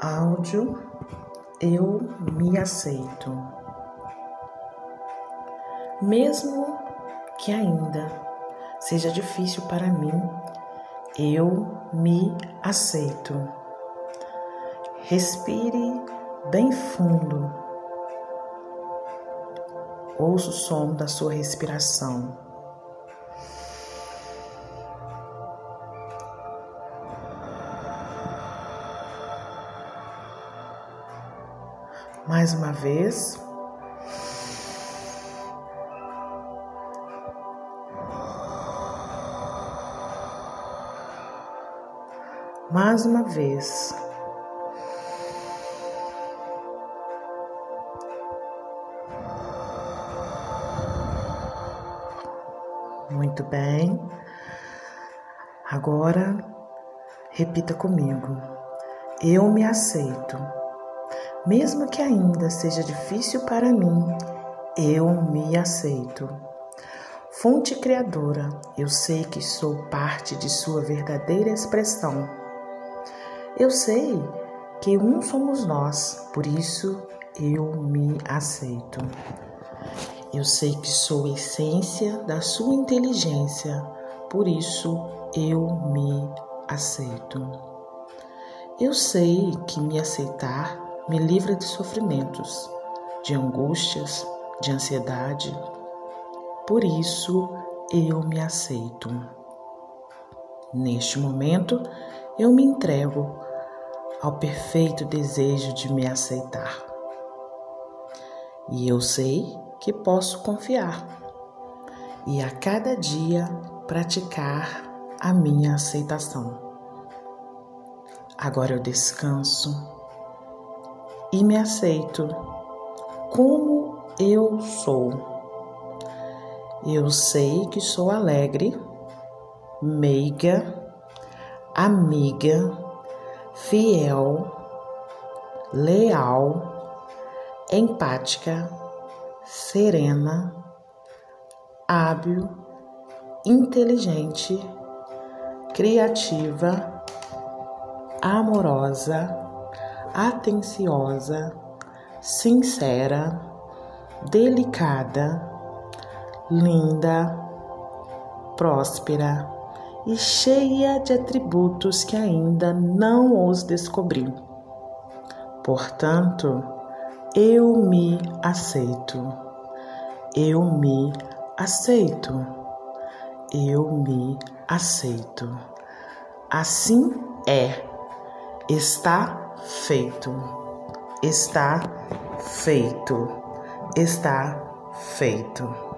Áudio Eu me aceito. Mesmo que ainda seja difícil para mim, eu me aceito. Respire bem fundo. Ouça o som da sua respiração. Mais uma vez. Mais uma vez. Muito bem. Agora, repita comigo. Eu me aceito. Mesmo que ainda seja difícil para mim, eu me aceito. Fonte Criadora, eu sei que sou parte de sua verdadeira expressão. Eu sei que um somos nós, por isso eu me aceito. Eu sei que sou essência da sua inteligência, por isso eu me aceito. Eu sei que me aceitar me livra de sofrimentos, de angústias, de ansiedade. Por isso, eu me aceito. Neste momento, eu me entrego ao perfeito desejo de me aceitar. E eu sei que posso confiar e a cada dia praticar a minha aceitação. Agora eu descanso e me aceito como eu sou. Eu sei que sou alegre, meiga, amiga, fiel, leal, empática, serena, hábil, inteligente, criativa, amorosa, atenciosa, sincera, delicada, linda, próspera e cheia de atributos que ainda não os descobri. Portanto, eu me aceito. Eu me aceito. Eu me aceito. Assim é. Está feito. Está feito. Está feito.